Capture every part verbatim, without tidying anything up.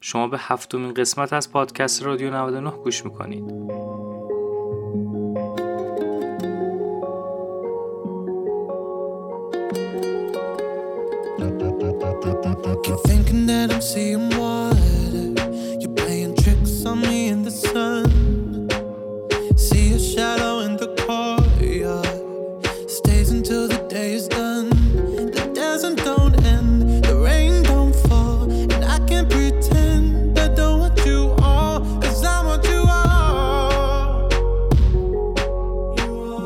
شما به هفتمین قسمت از پادکست رادیو نود و نه گوش میکنید. Keep thinking that I'm seeing water. You're playing tricks on me in the sun. See a shadow in the courtyard. Stays until the day is done. The desert don't end, the rain don't fall, and I can't pretend I don't want you all, 'cause I want you all. You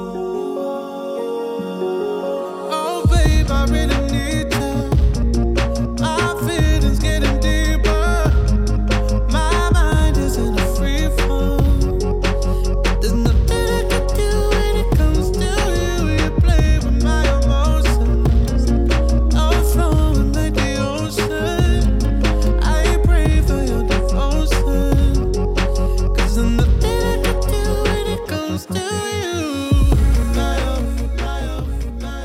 all. Oh babe, I really need you. My feelings getting deeper. My mind is in a free fall. There's nothing I can do when it comes to you. You play with my emotions. I'm flowing like the ocean. I pray for your devotion. 'Cause there's nothing I can do when it comes to you. My love, my love, my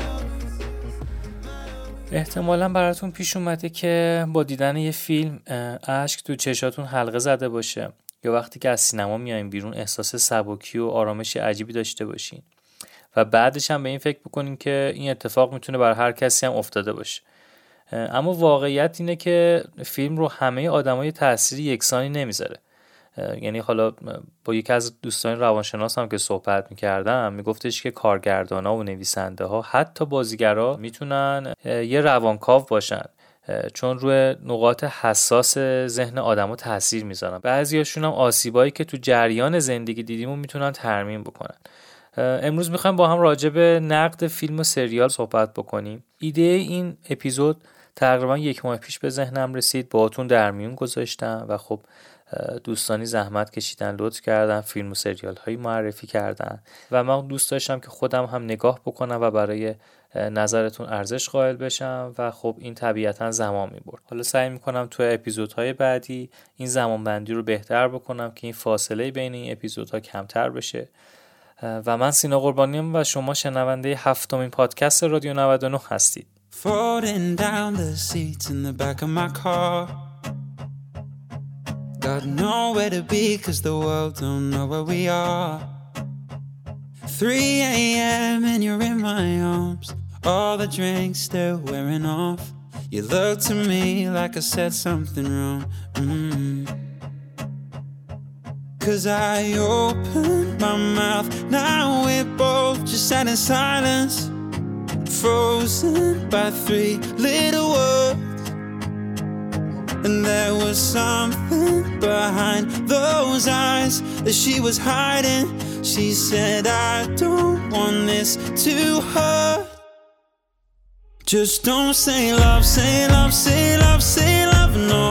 love. احتمالاً براتون پیش اومده که با دیدن یه فیلم اشک تو چشاتون حلقه زده باشه، یا وقتی که از سینما میایین بیرون احساس سبکی و آرامش عجیبی داشته باشین و بعدش هم به این فکر بکنین که این اتفاق میتونه بر هر کسی هم افتاده باشه. اما واقعیت اینه که فیلم رو همه آدمای تأثیری یکسانی نمیذاره. یعنی حالا با یکی از دوستان روانشناس هم که صحبت میکردم میگفتش که کارگردانا و نویسنده ها حتی بازیگرا میتونن یه روانکاو باشن، چون روی نقاط حساس ذهن آدما تاثیر میذارن. بعضیاشون هم آسیبایی که تو جریان زندگی دیدیمو میتونن ترمیم بکنن. امروز میخوایم با هم راجع به نقد فیلم و سریال صحبت بکنیم. ایده این اپیزود تقریبا یک ماه پیش به ذهنم رسید، باهاتون در میون گذاشتم و خب دوستانی زحمت کشیدن، لطف کردن، فیلم و سریال هایی معرفی کردن و من دوست داشتم که خودم هم نگاه بکنم و برای نظرتون ارزش قائل بشم و خب این طبیعتا زمان میبرد. حالا سعی میکنم تو اپیزودهای بعدی این زمان بندی رو بهتر بکنم که این فاصله بین این اپیزودها کمتر بشه. و من سینا قربانیم و شما شنونده هفتمین پادکست رادیو نود و نه هستید. Falling down the seats in the back of my car. Got nowhere to be 'cause the world don't know where we are. three a.m. and you're in my arms. All the drinks still wearing off. You look to me like I said something wrong. Mm-hmm. 'Cause I opened my mouth. Now we're both just sat in silence, frozen by three little words. And there was something behind those eyes that she was hiding. She said, I don't want this to hurt. Just don't say love, say love, say love, say love, no.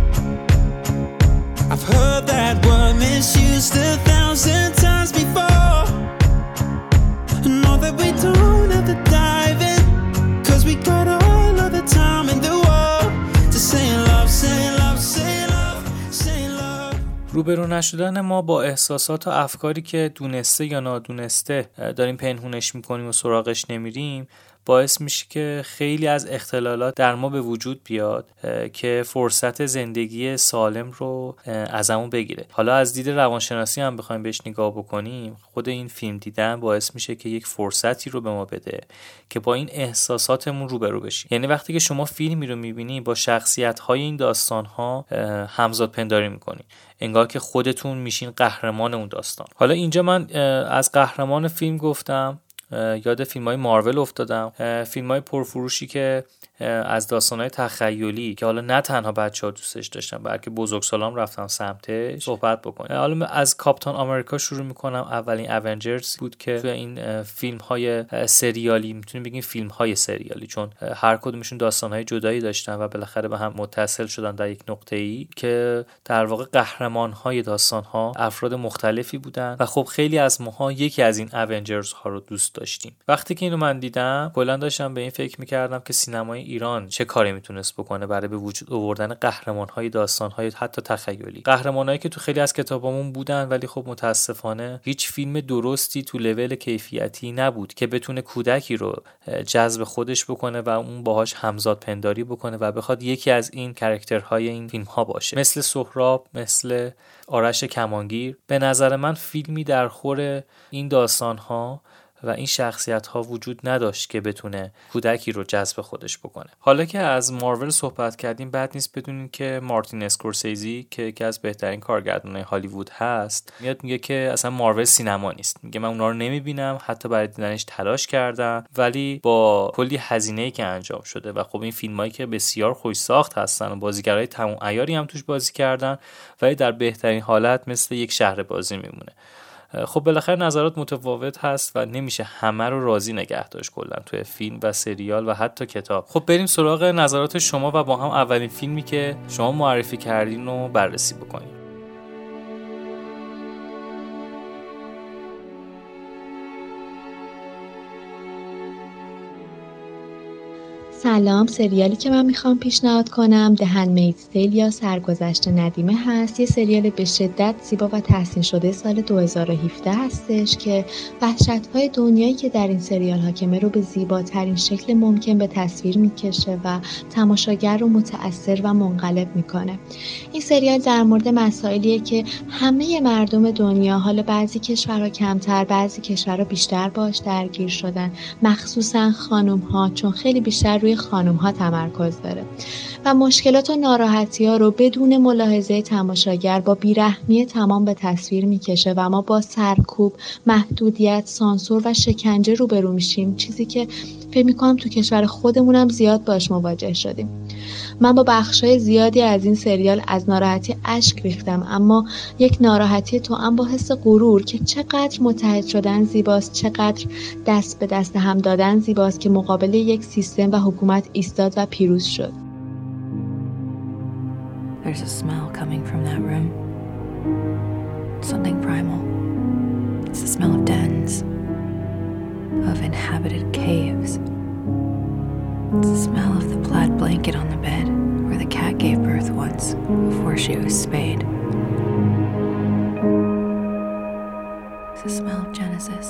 I've heard that word misused a thousand times before. Know that we don't have to dive in, 'cause we got all of the time in the world to say love, say love, say love, say love. روبرو نشدن ما با احساسات و افکاری که دونسته یا نادونسته داریم پنهونش میکنیم و سراغش نمیریم باعث میشه که خیلی از اختلالات در ما به وجود بیاد که فرصت زندگی سالم رو ازمون بگیره. حالا از دید روانشناسی هم بخوایم بهش نگاه بکنیم، خود این فیلم دیدن باعث میشه که یک فرصتی رو به ما بده که با این احساساتمون روبرو بشیم. یعنی وقتی که شما فیلمی رو میبینی با شخصیت‌های این داستان‌ها همزاد پنداری میکنی، انگار که خودتون میشین قهرمان اون داستان. حالا اینجا من از قهرمان فیلم گفتم، یاد فیلم‌های مارول افتادم، فیلم‌های پرفروشی که از داستان‌های تخیلی که حالا نه تنها بچه‌ها دوستش داشتن بلکه بزرگسالان رفتن سمتش صحبت بکنم. حالا از کاپیتان آمریکا شروع می‌کنم. اولین اونجرز بود که تو این فیلم‌های سریالی، میتونیم بگیم فیلم‌های سریالی، چون هر کدومشون داستان‌های جدایی داشتن و بالاخره به هم متصل شدن در یک نقطه‌ای که در واقع قهرمان‌های داستان‌ها افراد مختلفی بودن و خب خیلی از ماها یکی از این اونجرز ها رو دوست داشتیم. وقتی که اینو من دیدم کلا داشتم به این فکر می‌کردم که سینمای ایران چه کاری میتونست بکنه برای به وجود آوردن قهرمان‌های داستان‌های حتی تخیلی، قهرمانایی که تو خیلی از کتابامون بودن ولی خب متاسفانه هیچ فیلم درستی تو لول کیفیتی نبود که بتونه کودکی رو جذب خودش بکنه و اون باهاش همزاد پنداری بکنه و بخواد یکی از این کاراکترهای این فیلم‌ها باشه، مثل سهراب، مثل آرش کمانگیر. به نظر من فیلمی در خور این داستان‌ها و این شخصیت‌ها وجود نداشت که بتونه کودکی رو جذب خودش بکنه. حالا که از مارول صحبت کردیم، بد نیست بدونین که مارتین اسکورسیزی که یکی از بهترین کارگردانای هالیوود هست، میاد میگه که اصلا مارول سینما نیست. میگه من اونا رو نمیبینم، حتی برای دیدنش تلاش کردم، ولی با کلی هزینه‌ای که انجام شده و خب این فیلمایی که بسیار خوش ساخت هستن و بازیگرای تمام عیاری هم توش بازی کردن، ولی در بهترین حالت مثل یک شهر بازی میمونه. خب بالاخره نظرات متفاوت هست و نمیشه همه رو راضی نگه داشت کلا توی فیلم و سریال و حتی کتاب. خب بریم سراغ نظرات شما و با هم اولین فیلمی که شما معرفی کردین رو بررسی بکنیم. سلام، سریالی که من میخوام پیشنهاد کنم The Handmaid's Tale یا سرگذشت ندیمه هست. یه سریال به شدت زیبا و تحسین شده سال دو هزار و هفده هستش که وحشت‌های دنیایی که در این سریال حاکمه رو به زیباترین شکل ممکن به تصویر میکشه و تماشاگر رو متأثر و منقلب میکنه. این سریال در مورد مسائلیه که همه مردم دنیا، حالا بعضی کشورها کمتر بعضی کشورها بیشتر باش درگیر شدن، مخصوصا خانم‌ها، چون خیلی بیشتر روی خانم ها تمرکز داره و مشکلات و ناراحتی ها رو بدون ملاحظه تماشاگر با بیرحمی تمام به تصویر میکشه و ما با سرکوب، محدودیت، سانسور و شکنجه روبرو میشیم، چیزی که فکر میکنم تو کشور خودمونم زیاد باش مواجه شدیم. من با بخشای زیادی از این سریال از ناراحتی اشک ریختم، اما یک ناراحتی توأم با حس غرور که چقدر متحد شدن زیباست، چقدر دست به دست هم دادن زیباست که مقابل یک سیستم و حکومت ایستاد و پیروز شد. There's a smell coming from that room. Something primal. It's the smell of dens, of inhabited caves. It's the smell of the plaid blanket on the bed where the cat gave birth once before she was spayed. It's the smell of Genesis.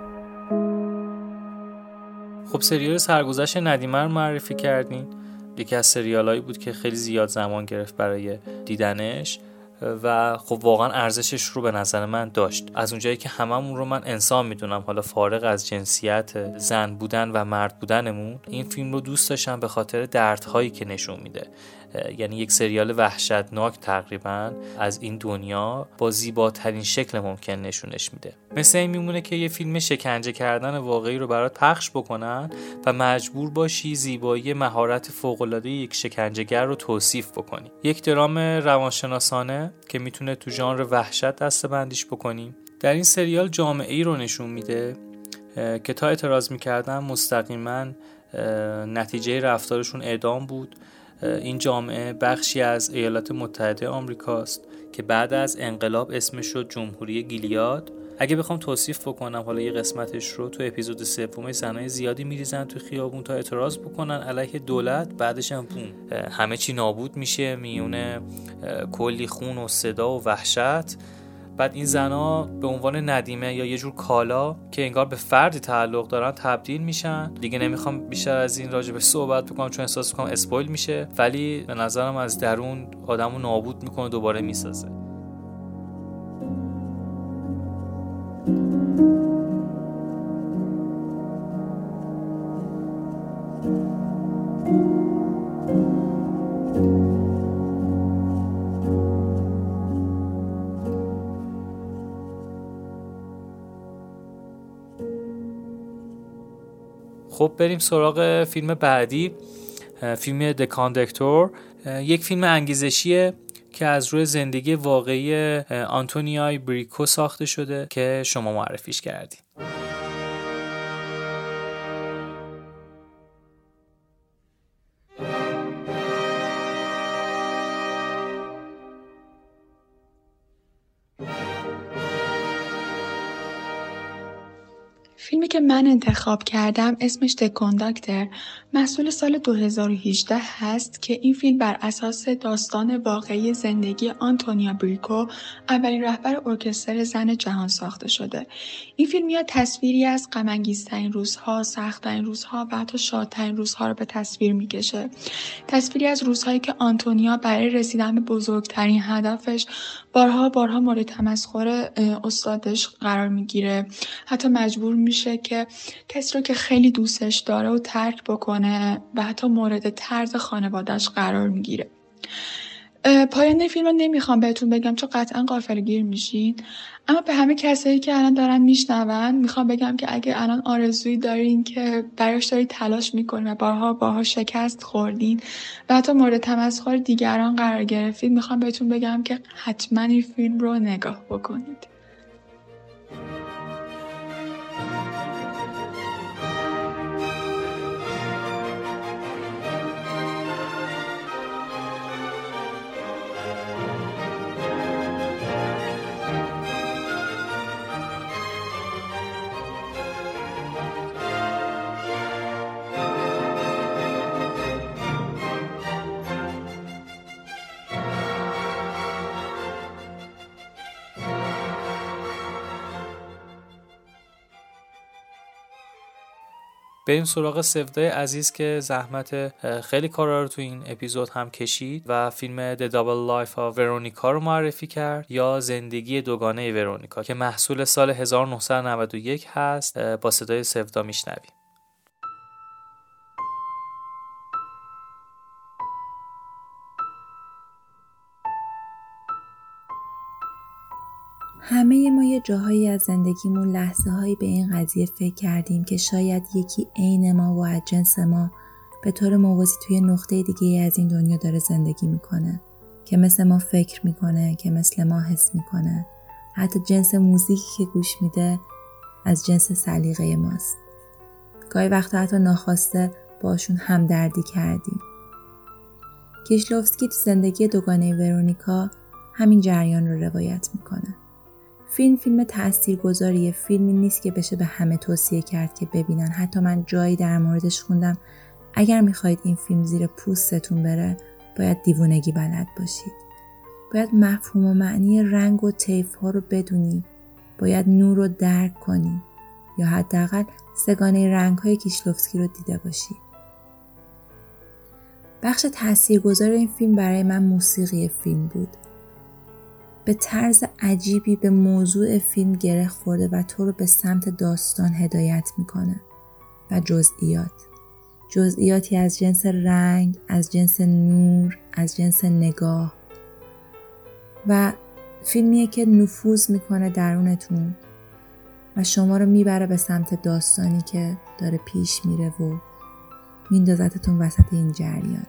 خب سریال سرگذشت ندیمه رو معرفی کردین. یکی از سریالایی بود که خیلی زیاد زمان گرفت برای دیدنش و خب واقعا ارزشش رو به نظر من داشت. از اونجایی که هممون رو من انسان میدونم، حالا فارغ از جنسیت زن بودن و مرد بودنمون، این فیلم رو دوست داشتم به خاطر دردهایی که نشون میده. یعنی یک سریال وحشتناک تقریبا از این دنیا با زیباترین شکل ممکن نشونش میده. مثل این میمونه که یه فیلم شکنجه کردن واقعی رو برات پخش بکنن و مجبور باشی زیبایی مهارت فوق‌العاده یک شکنجهگر رو توصیف بکنی. یک درام روانشناسانه که میتونه تو ژانر وحشت دسته‌بندیش بکنیم. در این سریال جامعه‌ای رو نشون میده که تا اعتراض میکردن مستقیما نتیجه رفتارشون اعدام بود. این جامعه بخشی از ایالات متحده آمریکاست که بعد از انقلاب اسمش شد جمهوری گیلیاد. اگه بخوام توصیف بکنم حالا یه قسمتش رو، تو اپیزود سوم زنای زیادی میریزن تو خیابون تا اعتراض بکنن علیه دولت، بعدش هم بوم همه چی نابود میشه، میونه کلی خون و صدا و وحشت. بعد این زنا به عنوان ندیمه یا یه جور کالا که انگار به فردی تعلق دارن تبدیل میشن. دیگه نمیخوام بیشتر از این راجع به صحبت بکنم چون احساس میکنم اسپویل میشه، ولی به نظرم از درون آدمو نابود میکنه، دوباره میسازه. خب بریم سراغ فیلم بعدی، فیلم د کاندکتور. یک فیلم انگیزشیه که از روی زندگی واقعی آنتونیای بریکو ساخته شده که شما معرفیش کردی. فیلمی که من انتخاب کردم اسمش د کانداکتر محصول سال دو هزار و هجده هست که این فیلم بر اساس داستان واقعی زندگی آنتونیا بریکو، اولین رهبر ارکستر زن جهان ساخته شده. این فیلم یا تصویری از غم‌انگیزترین روزها، سخت‌ترین روزها و حتی شادترین روزها رو به تصویر میکشه. تصویری از روزهایی که آنتونیا برای رسیدن به بزرگترین هدفش بارها بارها مورد تمسخر استادش قرار میگیره، حتی مجبور میشه که کسی رو که خیلی دوستش داره و ترک بکنه و حتی مورد طرد خانوادهش قرار میگیره. پایان فیلم رو نمیخوام بهتون بگم چون قطعا غافلگیر میشین، اما به همه کسایی که الان دارن میشنون میخوام بگم که اگه الان آرزویی دارین که براش دارید تلاش میکنین و بارها بارها شکست خوردین و حتی مورد تمسخر دیگران قرار گرفتید، میخوام بهتون بگم که حتما این فیلم رو نگاه بکنید. بریم سراغ سودای عزیز که زحمت خیلی کارا رو تو این اپیزود هم کشید و فیلم The Double Life of Veronica رو معرفی کرد یا زندگی دوگانه ورونیکا که محصول سال هزار و نهصد و نود و یک هست. با صدای سودا میشنویم. همه ما یه جاهایی از زندگیمون لحظه هایی به این قضیه فکر کردیم که شاید یکی عین ما و از جنس ما به طور موازی توی نقطه دیگه از این دنیا داره زندگی میکنه، که مثل ما فکر میکنه، که مثل ما حس میکنه، حتی جنس موزیکی که گوش میده از جنس سلیقه ماست. گاهی وقتا حتی ناخواسته باشون همدردی کردیم. کیشلوفسکی تو زندگی دوگانه ورونیکا همین جریان رو روایت میکنه. فیلم فیلم تاثیرگذاریه، فیلمی نیست که بشه به همه توصیه کرد که ببینن. حتی من جایی در موردش خوندم اگر میخواید این فیلم زیر پوستتون بره باید دیوونگی بلد باشید. باید مفهوم و معنی رنگ و طیف ها رو بدونی، باید نور رو درک کنی یا حداقل سگانه رنگ های کیشلوفسکی رو دیده باشی. بخش تاثیرگذار این فیلم برای من موسیقی فیلم بود. به طرز عجیبی به موضوع فیلم گره خورده و تو رو به سمت داستان هدایت میکنه و جزئیات جزئیاتی از جنس رنگ، از جنس نور، از جنس نگاه و فیلمیه که نفوذ میکنه درونتون و شما رو میبره به سمت داستانی که داره پیش میره و میندازتتون وسط این جریان.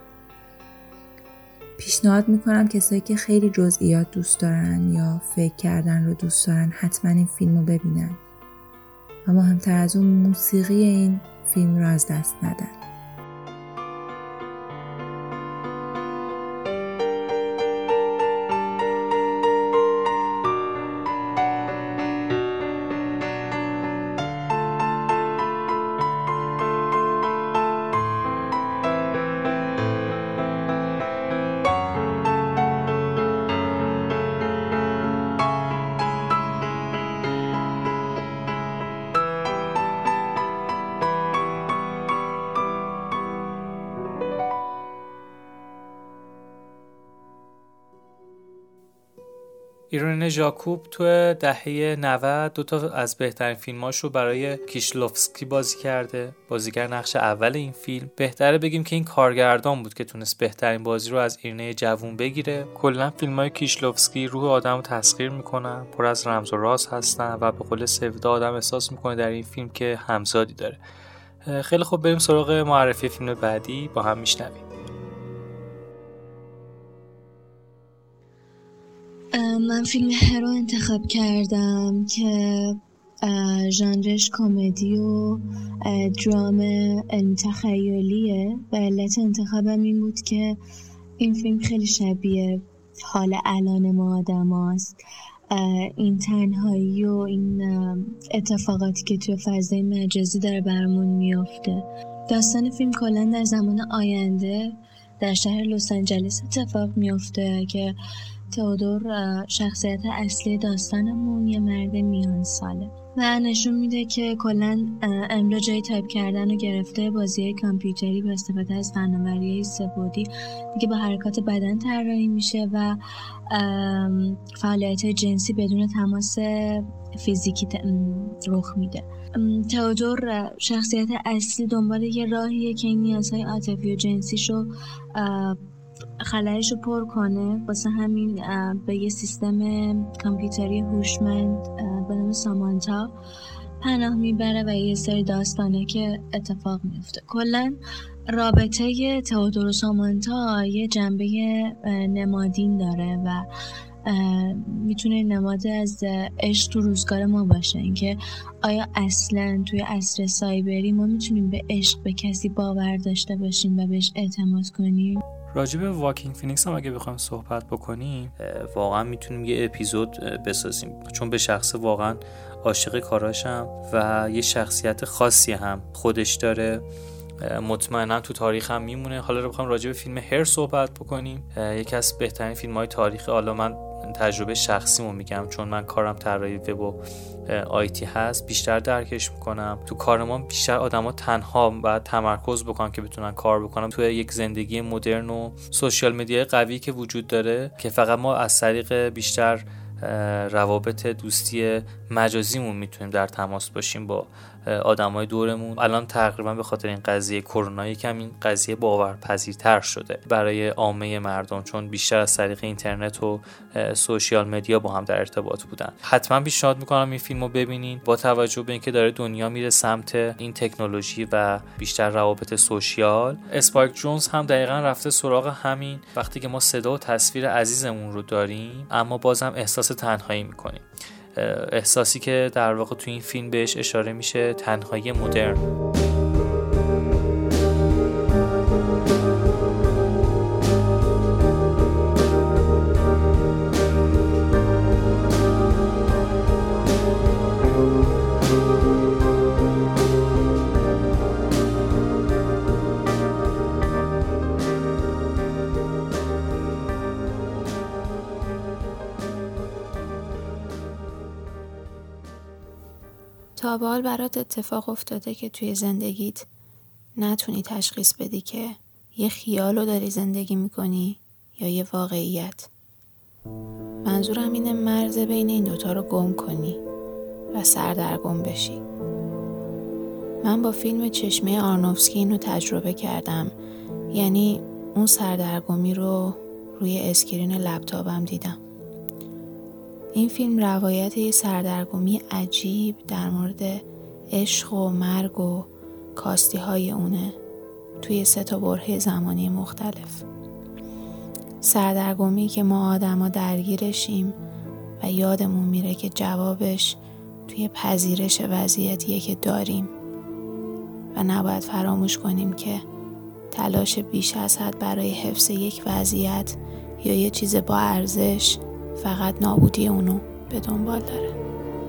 پیشنهاد میکنم کسایی که خیلی جزئیات دوست دارن یا فکر کردن رو دوست دارن حتما این فیلم رو ببینن و مهمتر از اون موسیقی این فیلم رو از دست ندن. ایرین ژاکوب تو دهه نود دو تا از بهترین فیلماش رو برای کیشلوفسکی بازی کرده. بازیگر نقش اول این فیلم. بهتره بگیم که این کارگردان بود که تونست بهترین بازی رو از ایرین جوون بگیره. کلا فیلمای کیشلوفسکی روح آدمو تسخیر میکنن، پر از رمز و راز هستن و به قول سودا آدم احساس میکنه در این فیلم که همزادی داره. خیلی خوب، بریم سراغ معرفی فیلم بعدی، با هم میشنویم. من فیلم هرو انتخاب کردم که ژانرش کمدی و درام علمی تخیلیه و علت انتخابم این بود که این فیلم خیلی شبیه حال الان ما آدم هست این تنهایی و این اتفاقاتی که توی فضای مجازی داره برامون میفته. داستان فیلم کلا در زمان آینده در شهر لس آنجلس اتفاق میفته که تئودور شخصیت اصلی داستانمون یه مرد میان ساله و نشون میده که کلا املا جای تایپ کردن و گرفته بازی کامپیوتری با استفاده از فناوری‌های سه‌بعدی دیگه با حرکات بدن طراحی میشه و فعالیت جنسی بدون تماس فیزیکی رخ میده. تئودور شخصیت اصلی دنبال یه راهیه که این نیازهای عاطفی و جنسیشو خلایشو پر کنه، واسه همین به یه سیستم کامپیوتری هوشمند به نام سامانتا پناه میبره و یه سری داستانه که اتفاق میفته. کلا رابطه تئودور و سامانتا یه جنبه نمادین داره و میتونه نماد از عشق تو روزگار ما باشه. اینکه آیا اصلا توی عصر سایبری ما میتونیم به عشق به کسی باور داشته باشیم و بهش اعتماد کنیم؟ راجع به واکینگ فینیکس هم اگه بخوایم صحبت بکنیم واقعا میتونیم یه اپیزود بسازیم، چون به شخص واقعا عاشق کاراشم و یه شخصیت خاصی هم خودش داره، مطمئنا تو تاریخ هم میمونه. حالا رو بخوایم راجع به فیلم هر صحبت بکنیم، یکی از بهترین فیلم‌های تاریخ، حالا من تجربه شخصیمو میگم چون من کارم طراحی وب و آیتی هست، بیشتر درکش میکنم. تو کار ما بیشتر آدما تنها باید تمرکز بکنن که بتونن کار بکنن تو یک زندگی مدرن و سوشال مدیای قوی که وجود داره که فقط ما از طریق بیشتر روابط دوستی مجازیمون میتونیم در تماس باشیم با آدمای دورمون. الان تقریبا به خاطر این قضیه کرونا یکم این قضیه باورپذیرتر شده برای عامه مردم، چون بیشتر از طریق اینترنت و سوشیال مدیا با هم در ارتباط بودن. حتما پیشنهاد میکنم این فیلمو ببینین، با توجه به اینکه داره دنیا میره سمت این تکنولوژی و بیشتر روابط سوشیال. اسپایک جونز هم دقیقاً رفته سراغ همین، وقتی که ما صدا و تصویر عزیزمون رو داریم اما بازم احساس تنهایی میکنیم، احساسی که در واقع تو این فیلم بهش اشاره میشه، تنهایی مدرن. تا به حال برات اتفاق افتاده که توی زندگیت نتونی تشخیص بدی که یه خیال رو داری زندگی میکنی یا یه واقعیت؟ منظورم اینه مرز بین این دوتا رو گم کنی و سردرگم بشی. من با فیلم چشمه آرنوفسکی اینو تجربه کردم، یعنی اون سردرگمی رو روی اسکرین لپتاپم دیدم. این فیلم روایت یه سردرگمی عجیب در مورد عشق و مرگ و کاستی های اونه توی سه تا برهه زمانی مختلف. سردرگمی که ما آدما درگیرشیم و یادمون میره که جوابش توی پذیرش وضعیتیه که داریم و نباید فراموش کنیم که تلاش بیش از حد برای حفظ یک وضعیت یا یه چیز با ارزش فقط نابودی اونو به دنبال داره.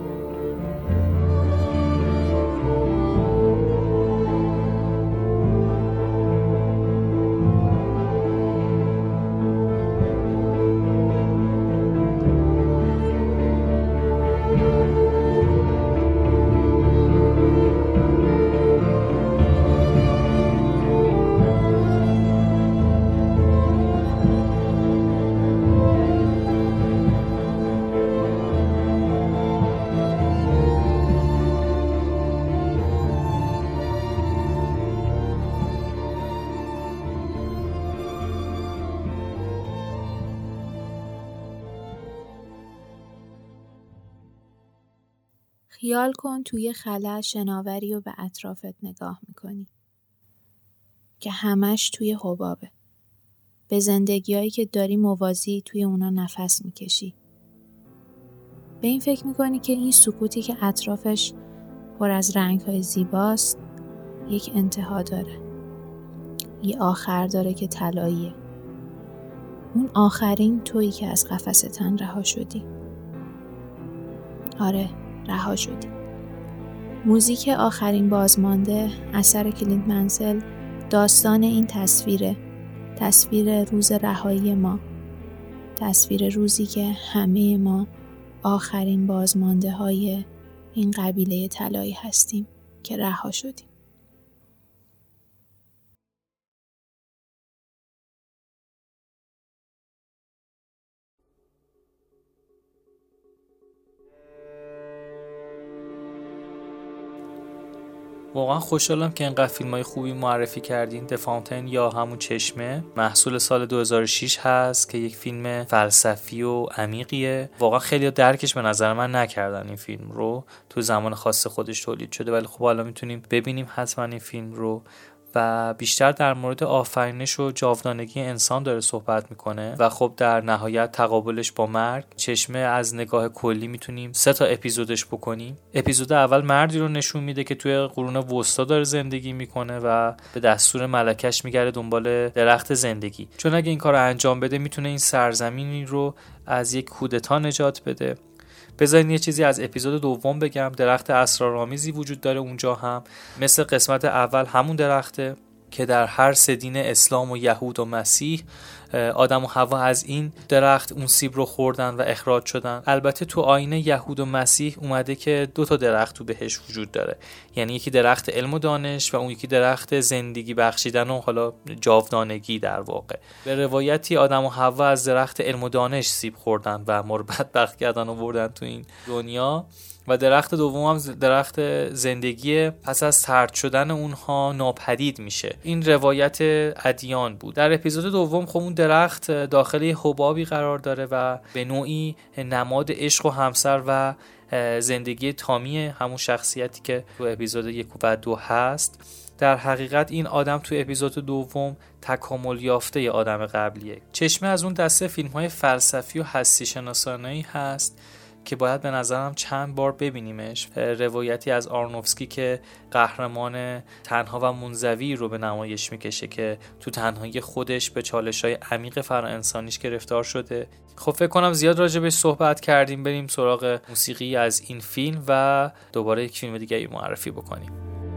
خیال کن توی خلا شناوری و به اطرافت نگاه میکنی که همش توی حبابه، به زندگیایی که داری موازی توی اونا نفس میکشی. به این فکر میکنی که این سکوتی که اطرافش پر از رنگهای زیباست یک انتها داره، یه آخر داره که طلاییه. اون آخرین تویی که از قفس تن رها شدی. آره، رها شدیم. موزیک آخرین بازمانده اثر کلینت منسل داستان این تصویره، تصویر روز رهایی ما، تصویر روزی که همه ما آخرین بازمانده های این قبیله طلایی هستیم که رها شدیم. واقعا خوشحالم که اینقدر فیلم‌های خوبی معرفی کردین. د فاونتین یا همون چشمه محصول سال دو هزار و شش هست که یک فیلم فلسفی و عمیقیه. واقعا خیلی درکش به نظر من نکردن این فیلم رو، تو زمان خاص خودش تولید شده، ولی خب حالا میتونیم ببینیم حتما این فیلم رو و بیشتر در مورد آفرینش و جاودانگی انسان داره صحبت میکنه و خب در نهایت تقابلش با مرگ. چشمه از نگاه کلی میتونیم سه تا اپیزودش بکنیم. اپیزود اول مردی رو نشون میده که توی قرون وسطا داره زندگی میکنه و به دستور ملکش میگره دنبال درخت زندگی، چون اگه این کار رو انجام بده میتونه این سرزمینی رو از یک کودتا نجات بده. بذارین یه چیزی از اپیزود دوم بگم. درخت اسرارآمیزی وجود داره اونجا هم، مثل قسمت اول همون درخته که در هر سه دین اسلام و یهود و مسیح آدم و حوا از این درخت اون سیب رو خوردن و اخراج شدن. البته تو آیین یهود و مسیح اومده که دو تا درخت تو بهش وجود داره، یعنی یکی درخت علم و دانش و اون یکی درخت زندگی بخشیدن و حالا جاودانگی. در واقع به روایتی آدم و حوا از درخت علم و دانش سیب خوردن و ما رو بدبخت کردن و بردن تو این دنیا، و درخت دوم هم درخت زندگی پس از طرد شدن اونها ناپدید میشه. این روایت ادیان بود. در اپیزود دوم خب اون درخت داخل یه حبابی قرار داره و به نوعی نماد عشق و همسر و زندگی تامی همون شخصیتی که تو اپیزود یک و دو هست. در حقیقت این آدم تو اپیزود دوم تکامل یافته ی آدم قبلیه. چشمه از اون دسته فیلم‌های فلسفی و هستی شناسانه‌ای هست که باید به نظرم چند بار ببینیمش. روایتی از آرنوفسکی که قهرمان تنها و منزوی رو به نمایش میکشه که تو تنهایی خودش به چالش‌های عمیق فرا انسانیش گرفتار شده. خب فکر کنم زیاد راجبش صحبت کردیم، بریم سراغ موسیقی از این فیلم و دوباره یک فیلم دیگه معرفی بکنیم.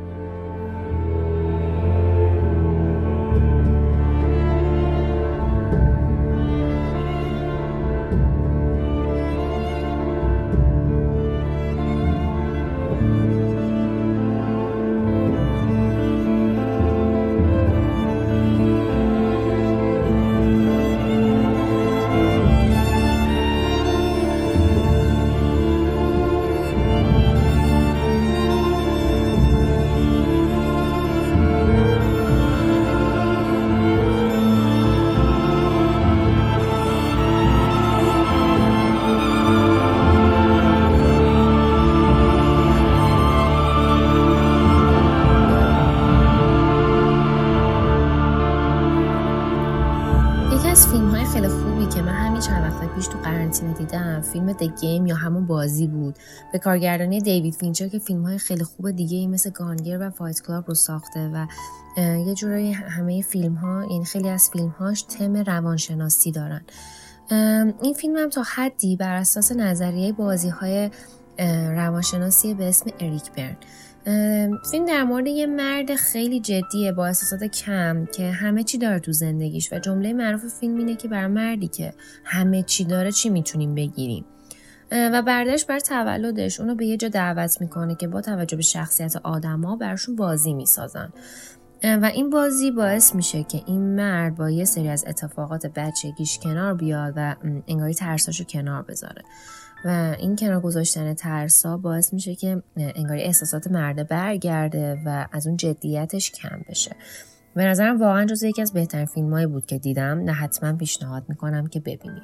فیلم The Game یا همون بازی بود، به کارگردانی دیوید فینچر که فیلم‌های خیلی خوب دیگه مثل گانگر و فایت کلاب رو ساخته و یه جورایی همه فیلم‌ها، یعنی خیلی از فیلم‌هاش تم روانشناسی دارن. این فیلم هم تا حدی بر اساس نظریه بازی‌های روانشناسی به اسم اریک برن. فیلم در مورد یه مرد خیلی جدیه با احساسات کم که همه چی داره تو زندگیش و جمله معروف فیلم اینه که بر مردی که همه چی داره چی میتونیم بگیریم، و برادرش بر تولدش اونو به یه جا دعوت میکنه که با توجه به شخصیت آدما براشون بازی میسازن و این بازی باعث میشه که این مرد با یه سری از اتفاقات بچگیش کنار بیاد و انگاری ترساشو کنار بذاره و این کنار گذاشتن ترسا باعث میشه که انگاری احساسات مرد برگرده و از اون جدیتش کم بشه. به نظرم واقعا جزو یکی از بهترین فیلمایی بود که دیدم، نه حتما پیشنهاد میکنم که ببینیم.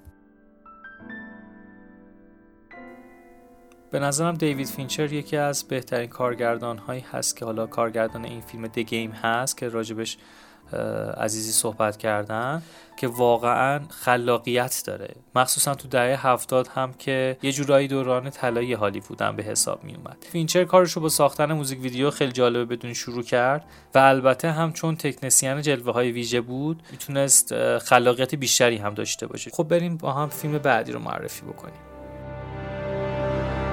به نظرم دیوید فینچر یکی از بهترین کارگردان هایی هست که حالا کارگردان این فیلم The Game هست که راجبش عزیزی صحبت کردن، که واقعا خلاقیت داره، مخصوصا تو دهه هفتاد هم که یه جورایی دوران طلایی هالیوود هم به حساب می اومد. فینچر کارشو با ساختن موزیک ویدیو خیلی جالبه بدون شروع کرد و البته هم چون تکنسین جلوه های ویژه بود میتونست خلاقیت بیشتری هم داشته باشه. خب بریم با هم فیلم بعدی رو معرفی بکنیم.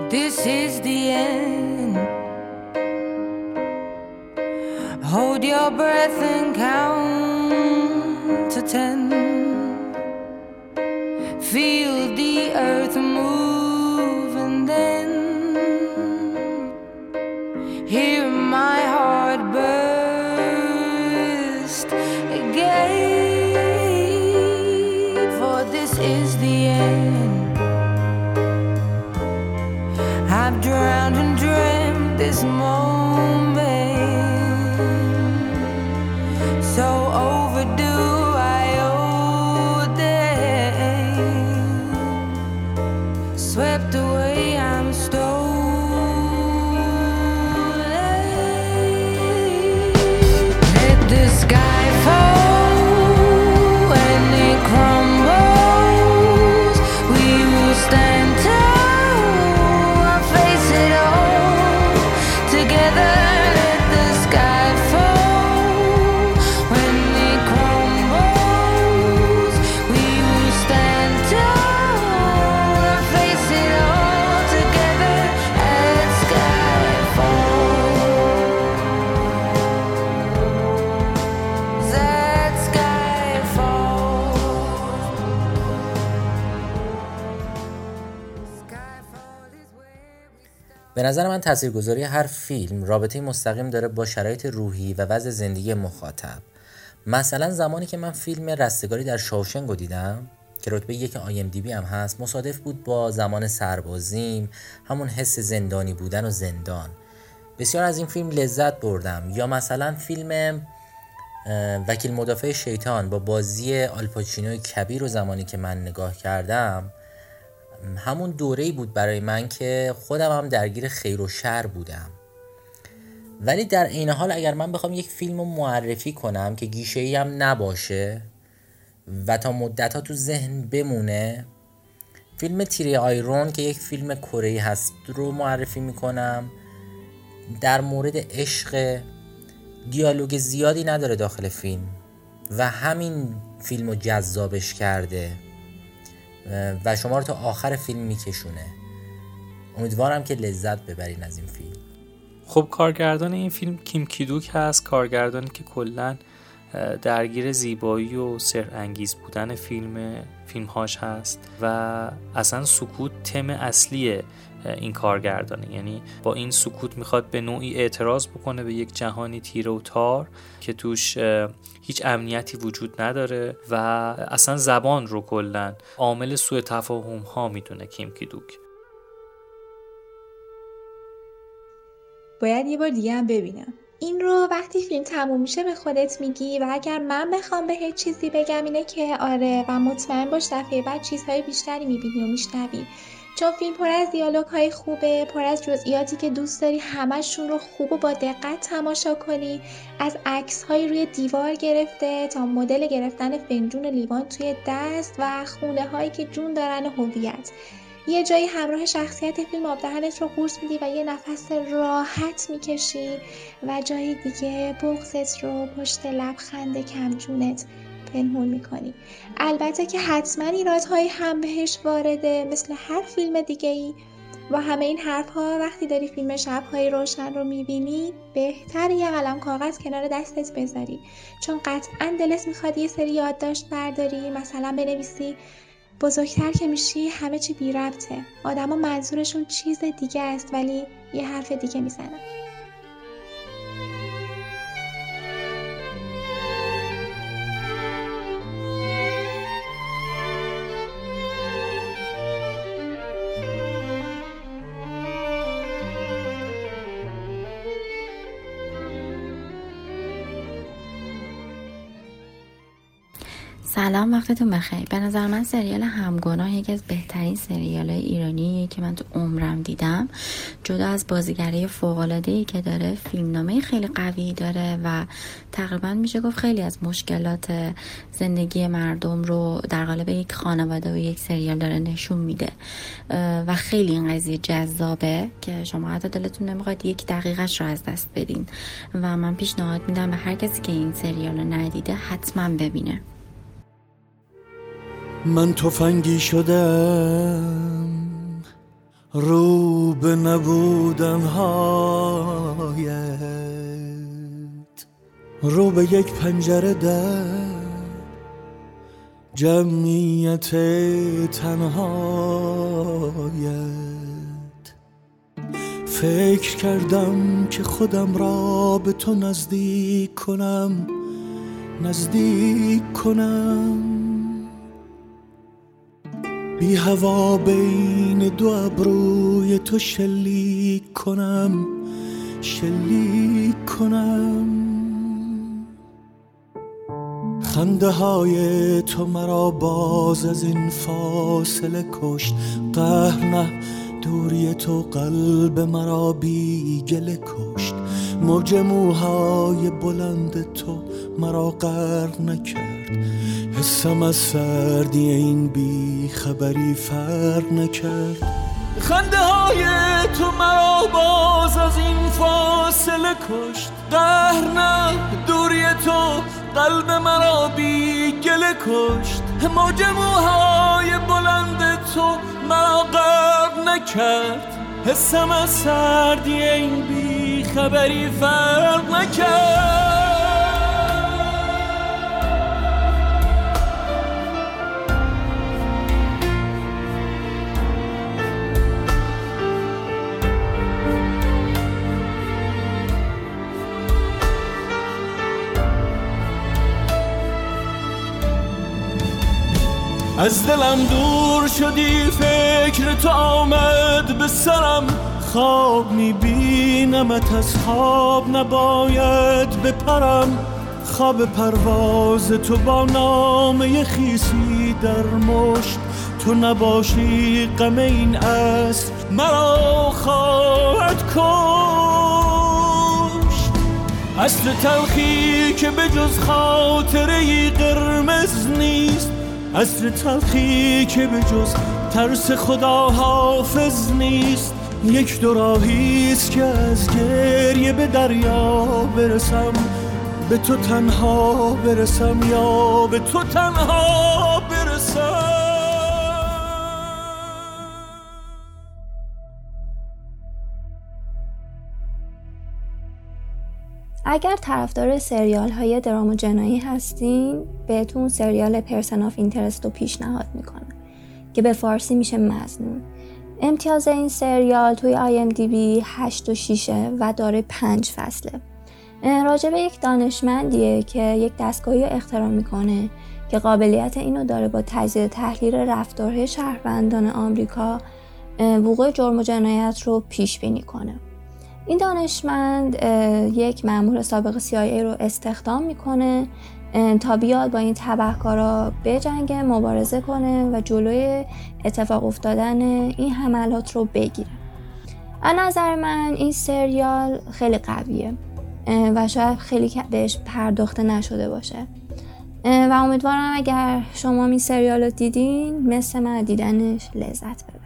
this is the end. Hold your breath and count to ten. Feel the earth move and then hear my heart burst again. For this is the end. I've drowned and dreamt this moment, so overdue I owe them. Swept away, I'm stolen. Let the sky fall when it crumbles. We will stand tall. به نظر من تاثیرگذاری هر فیلم رابطه مستقیم داره با شرایط روحی و وضع زندگی مخاطب. مثلا زمانی که من فیلم رستگاری در شاوشنگ رو دیدم که رتبه یک آی ام دی بی هم هست، مصادف بود با زمان سربازیم، همون حس زندانی بودن و زندان. بسیار از این فیلم لذت بردم. یا مثلا فیلم وکیل مدافع شیطان با بازی آلپاچینوی کبیر رو زمانی که من نگاه کردم، همون دوره‌ای بود برای من که خودم هم درگیر خیر و شر بودم. ولی در این حال اگر من بخوام یک فیلم رو معرفی کنم که گیشه‌ای هم نباشه و تا مدت‌ها تو ذهن بمونه، فیلم تیری آیرون که یک فیلم کره‌ای هست رو معرفی میکنم. در مورد عشق، دیالوگ زیادی نداره داخل فیلم و همین فیلم رو جذابش کرده و شما رو تا آخر فیلم میکشونه. امیدوارم که لذت ببرین از این فیلم. خب کارگردان این فیلم کیم کیدوک هست، کارگردانی که کلاً درگیر زیبایی و سحرانگیز بودن فیلم فیلمهاش هست و اصلا سکوت تم اصلی این کارگردانه. یعنی با این سکوت میخواد به نوعی اعتراض بکنه به یک جهانی تیره و تار که توش هیچ امنیتی وجود نداره و اصلا زبان رو کلاً عامل سوء تفاهم ها میدونه کیم کیدوک. باید یه بار دیگه هم ببینم. این رو وقتی فیلم تموم میشه به خودت میگی و اگر من بخوام بهت چیزی بگم اینه که آره و مطمئن باش دفعه بعد چیزهای بیشتری میبینی و میشنوی، چون فیلم پر از دیالوگ های خوبه، پر از جزئیاتی که دوست داری همشون رو خوب و با دقت تماشا کنی، از عکس های روی دیوار گرفته تا مدل گرفتن فنجون لیوان توی دست و خونه هایی که جون دارن و هویت. یه جایی همراه شخصیت فیلم آب دهنت رو قورت میدی و یه نفس راحت میکشی و جایی دیگه بغضت رو پشت لبخند کمجونت پنهون میکنی. البته که حتما ایرادهای هم بهش وارده مثل هر فیلم دیگه‌ای. با همه این حرفها وقتی داری فیلم شب‌های روشن رو میبینی بهتر یه قلم کاغذ کنار دستت بذاری، چون قطعا دلت میخواد یه سری یادداشت برداری، مثلا بنویسی بزرگتر که میشی همه چی بی ربطه، آدم ها منظورشون چیز دیگه است ولی یه حرف دیگه میزنن. سلام، وقتتون بخیر. به نظر من سریال همگناه یکی از بهترین سریال‌های ایرانیه که من تو عمرم دیدم. جدا از بازیگری فوق‌العاده‌ای که داره، فیلمنامه خیلی قوی داره و تقریبا میشه گفت خیلی از مشکلات زندگی مردم رو در قالب یک خانواده و یک سریال داره نشون میده و خیلی این قضیه جذابه که شما حتی دلتون نمیخواد یک دقیقش رو از دست بدین و من پیشنهاد میدم به هر کسی که این سریال رو ندیده حتما ببینه. من تفنگی شدم رو رو به نبودن هایت، رو به یک پنجره در جمعیت تنهایت. فکر کردم که خودم را به تو نزدیک کنم، نزدیک کنم، بی هوا بین دو ابروی تو شلیک کنم، شلیک کنم. خنده های تو مرا باز از این فاصله کشت، قهر نه دوری تو قلب مرا بی گله کشت. موج موهای بلند تو مرا غرق نکرد، حسم از سردی این بی خبری فرق نکرد. خنده های تو مرا باز از این فاصله کشت، قهر نه دوری تو قلب مرا بی گله کشت. موج موهای بلند تو مرا غرق نکرد، حسم از سردی این بی خبری فرق نکرد. از دلم دور شدی، فکر تو آمد به سرم، خواب میبینمت از خواب نباید بپرم. خواب پرواز تو با نامه خیسی در مشت، تو نباشی غم این عصر مرا خواهد کشت. اصل تلخی که به جز خاطره قرمز نیست، اصل تلخی که به جز ترس خدا حافظ نیست. یک دو راهیست که از گریه به دریا برسم، به تو تنها برسم یا به تو تنها برسم. اگر طرفدار سریال های درام و جنایی هستین، بهتون سریال پرسن آف اینترست رو پیشنهاد میکنم که به فارسی میشه مظنون. امتیاز این سریال توی آی ام دی بی هشت و شیشه و داره پنج فصله. راجع به یک دانشمندیه که یک دستگاهی رو اختراع میکنه که قابلیت اینو داره با تجزیه تحلیل رفتارهای شهروندان آمریکا وقوع جرم و جنایت رو پیش بینی کنه. این دانشمند یک مأمور سابق سی آی ای رو استخدام میکنه تا بیاد با این تبهکارا بجنگه، مبارزه کنه و جلوی اتفاق افتادن این حملات رو بگیره. از نظر من این سریال خیلی قویه و شاید خیلی بهش پرداخته نشده باشه و امیدوارم اگر شما این سریال رو دیدین مثل من دیدنش لذت ببرید.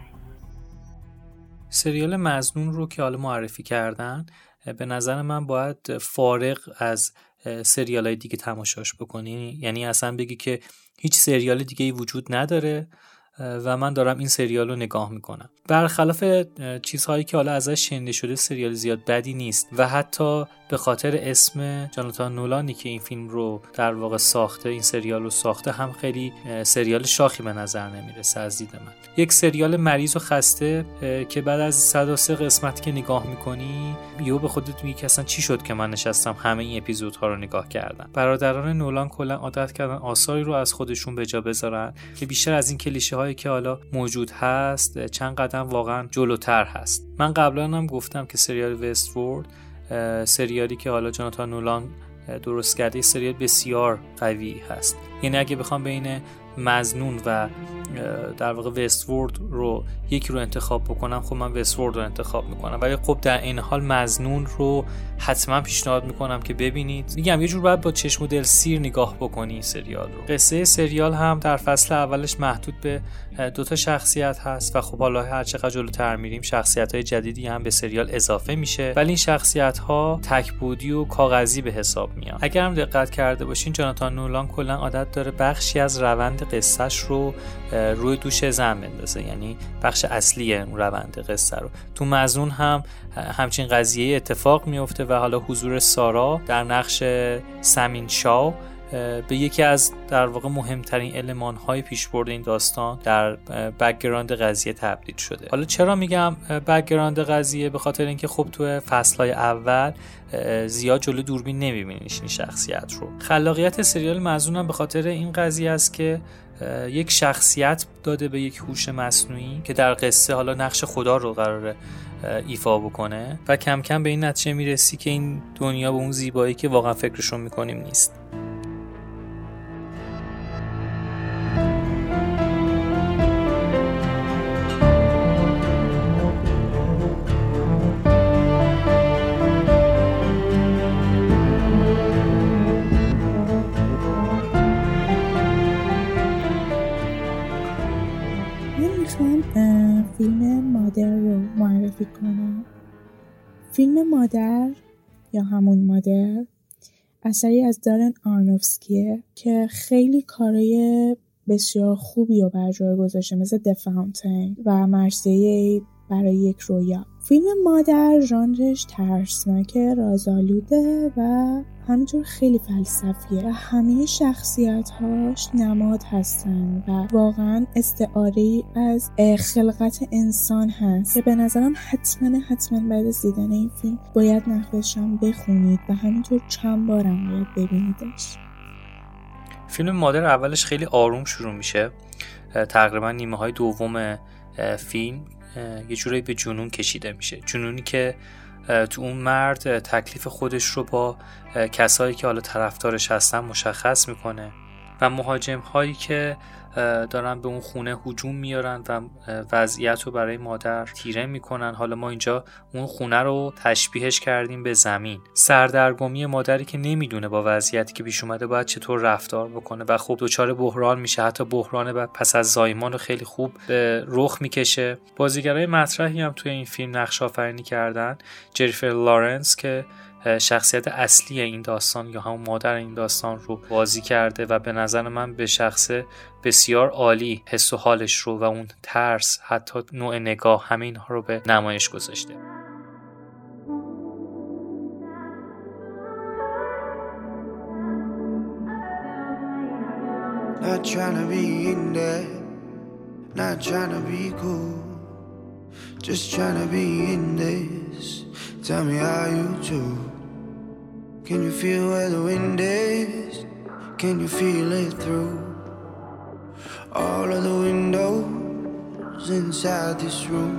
سریال مظنون رو که حالا معرفی کردن، به نظر من باید فارغ از سریال های دیگه تماشاش بکنی، یعنی اصلا بگی که هیچ سریال دیگه ای وجود نداره و من دارم این سریال رو نگاه میکنم. برخلاف چیزهایی که حالا ازش شنیده شده سریال زیاد بدی نیست و حتی به خاطر اسم جاناتان نولانی که این فیلم رو در واقع ساخته، این سریال رو ساخته، هم خیلی سریال شاخی به نظر نمیرسه از دید من. یک سریال مریض و خسته که بعد از صد و سه قسمت که نگاه میکنی یهو به خودت میگی که اصلا چی شد که من نشستم همه این اپیزودها رو نگاه کردم. برادران نولان کلا عادت کردن آثاری رو از خودشون به جا بذارن که بیشتر از این کلیشه هایی که حالا موجود هست چند قدم واقعا جلوتر هست. من قبلا هم گفتم که سریال وستورد، سریالی که حالا جاناتان نولان درست کرده، سریال بسیار قوی هست. یعنی اگه بخوام بین مظنون و در واقع وستورد رو یکی رو انتخاب بکنم، خب من وستورد رو انتخاب میکنم، ولی خب در این حال مظنون رو حتما پیشنهاد میکنم که ببینید. میگم یه جور باید با چشم و دل سیر نگاه بکنی این سریال رو. قصه سریال هم در فصل اولش محدود به دو تا شخصیت هست و خب حالا هر چقدر جلوتر میریم شخصیت‌های جدیدی هم به سریال اضافه میشه، ولی این شخصیت‌ها تک‌بودی و کاغذی به حساب میان. اگر هم دقت کرده باشین جاناتان نولان کلا عادت داره بخشی از روند روند قصهش رو روی دوش زن بندازه، یعنی بخش اصلی اون روند قصه رو. تو مظنون هم همچین قضیه اتفاق میفته و حالا حضور سارا در نقش سمین شاه به یکی از در واقع مهمترین المان‌های پیشبرد این داستان در بک‌گراند قضیه تبدیل شده. حالا چرا میگم بک‌گراند قضیه؟ به خاطر اینکه خب تو فصل‌های اول زیاد جلو دوربین نمی‌بینیش این شخصیت رو. خلاقیت سریال مظنون هم به خاطر این قضیه است که یک شخصیت داده به یک هوش مصنوعی که در قصه حالا نقش خدا رو قراره ایفا بکنه و کم کم به این نتیجه میرسی که این دنیا به اون زیبایی که واقعا فکرشو می‌کنیم نیست. فیلم مادر رو معرفی کنم. فیلم مادر یا همون مادر اثری از دارن آرنوفسکیه که خیلی کارای بسیار خوبی رو بر جای گذاشته، مثل د فاونتین و مرثیه برای یک رویا. فیلم مادر ژانرش ترسناکه، رازآلوده و همینطور خیلی فلسفیه و همه شخصیت‌هاش نماد هستن و واقعا استعاره‌ای از خلقت انسان هست که به نظرم حتما حتما بعد از دیدن این فیلم باید نقدش هم بخونید و همینطور چند بارم باید ببینیدش. فیلم مادر اولش خیلی آروم شروع میشه، تقریبا نیمه های دوم فیلم یه جورایی به جنون کشیده میشه، جنونی که تو اون مرد تکلیف خودش رو با کسایی که حالا طرفدارش هستن مشخص میکنه و مهاجم هایی که دارن به اون خونه هجوم میارن و وضعیت رو برای مادر تیره میکنن. حالا ما اینجا اون خونه رو تشبیهش کردیم به زمین، سردرگمی مادری که نمیدونه با وضعیتی که پیش اومده باید چطور رفتار بکنه و خب دچار بحران میشه، حتی بحران بعد پس از زایمان رو خیلی خوب به رخ میکشه. بازیگرای مطرحی هم توی این فیلم نقش آفرینی کردن، جنیفر لارنس که شخصیت اصلی این داستان یا همون مادر این داستان رو بازی کرده و به نظر من به شخص بسیار عالی حس و حالش رو و اون ترس، حتی نوع نگاه، همه اینها رو به نمایش گذاشته. Not trying to be in there, not trying to be cool, just trying to be in this. Tell me how you do. Can you feel where the wind is? Can you feel it through all of the windows inside this room?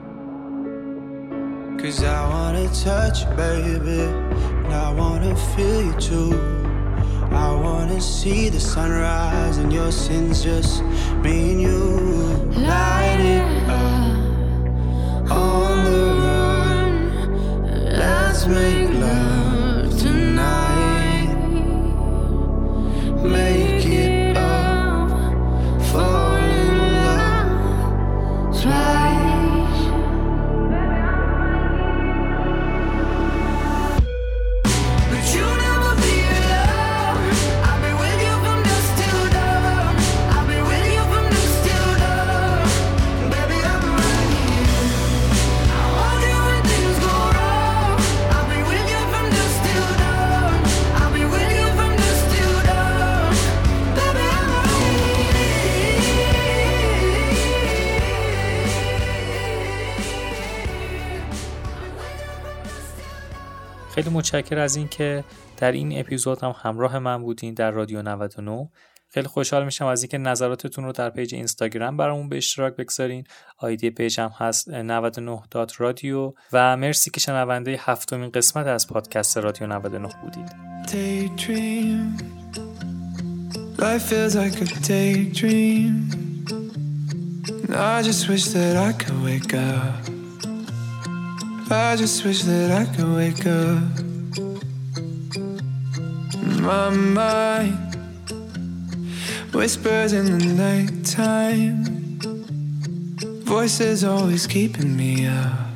Cause I wanna touch you, baby, and I wanna feel you too. I wanna see the sunrise and your sins, just me and you. Light it up on the run. Let's make love tonight. Make it up, fall in love twice. But you never be alone. I'll be with you from dusk till dawn. I'll be with you from dusk till dawn. Baby, I'm right here. I want you when things go wrong. I'll be with you from dusk till dawn. I'll be with you from dusk till dawn. Baby, I'm right خیلی متشکرم از این که در این اپیزود هم همراه من بودین در رادیو نود و نه. خیلی خوشحال میشم از اینکه نظراتتون رو در پیج اینستاگرام برامون به اشتراک بگذارین. آیدی پیج هم هست نود و نه دات رادیو و مرسی که شنونده هفتمین قسمت از پادکست رادیو نود و نه بودید. Daydream. Life feels like a daydream. And I just wish that I could wake up. I just wish that I could wake up. My mind whispers in the nighttime. Voices always keeping me up,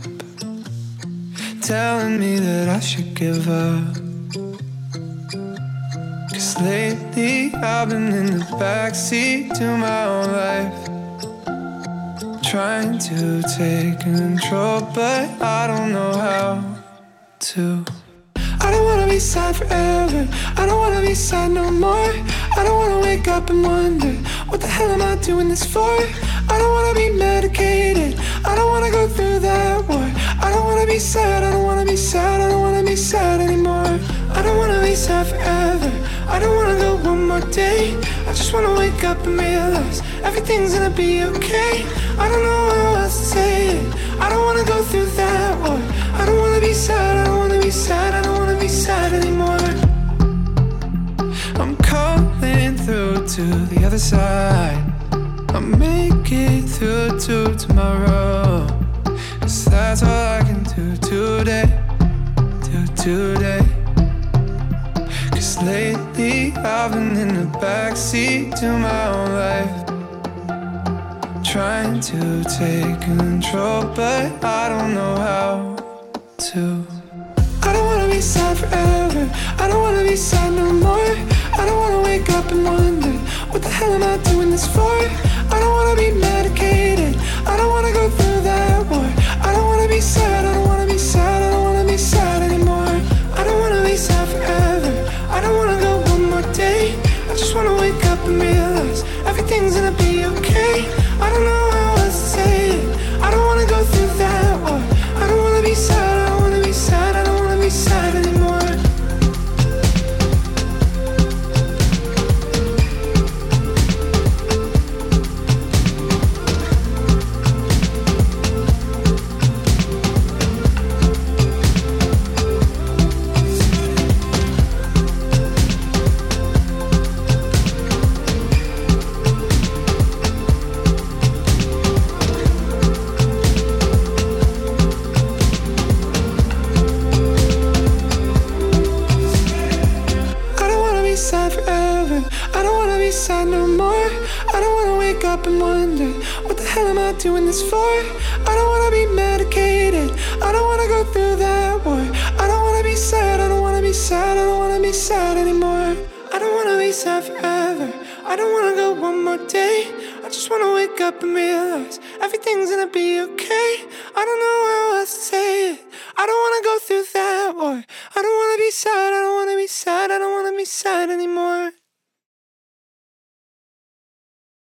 telling me that I should give up. 'Cause 'Cause lately I've been in the backseat to my own life, trying to take control, but I don't know how to. I don't wanna be sad forever, I don't wanna be sad no more. I don't wanna wake up and wonder, what the hell am I doing this for? I don't wanna be medicated, I don't wanna go through that war. I don't wanna be sad, I don't wanna be sad, I don't wanna be sad anymore. I don't wanna be sad forever, I don't wanna go one more day. I just wanna wake up and realize everything's gonna be okay. I don't know how else to say it, I don't wanna go through that war. I don't wanna be sad, I don't wanna be sad, I don't wanna be sad anymore. I'm calling through to the other side, I'll make it through to tomorrow, 'cause that's all I can do today, do today. 'Cause lately I've been in the backseat to my own life, trying to take control, but I don't know how to. I don't wanna be sad forever, I don't wanna be sad no more. I don't wanna wake up and wonder, what the hell am I doing this for? I don't wanna be medicated, I don't wanna go through that war. I don't wanna be sad, I don't wanna be sad, I don't wanna be sad anymore. I don't wanna be sad forever, I don't wanna go one more day. I just wanna wake up and realize everything's gonna be okay. I don't know how else to say it, I don't wanna go through that war. I don't wanna be sad, I don't wanna be sad, I don't wanna be sad anymore. Sad no more. I don't wanna wake up and wonder, what the hell am I doing this for? I don't wanna be medicated, I don't wanna go through that war. I don't wanna be sad, I don't wanna be sad, I don't wanna be sad anymore. I don't wanna be sad forever, I don't wanna go one more day. I just wanna wake up and realize everything's gonna be okay. I don't know how else to say it, I don't wanna go through that war. I don't wanna be sad, I don't wanna be sad, I don't wanna be sad anymore.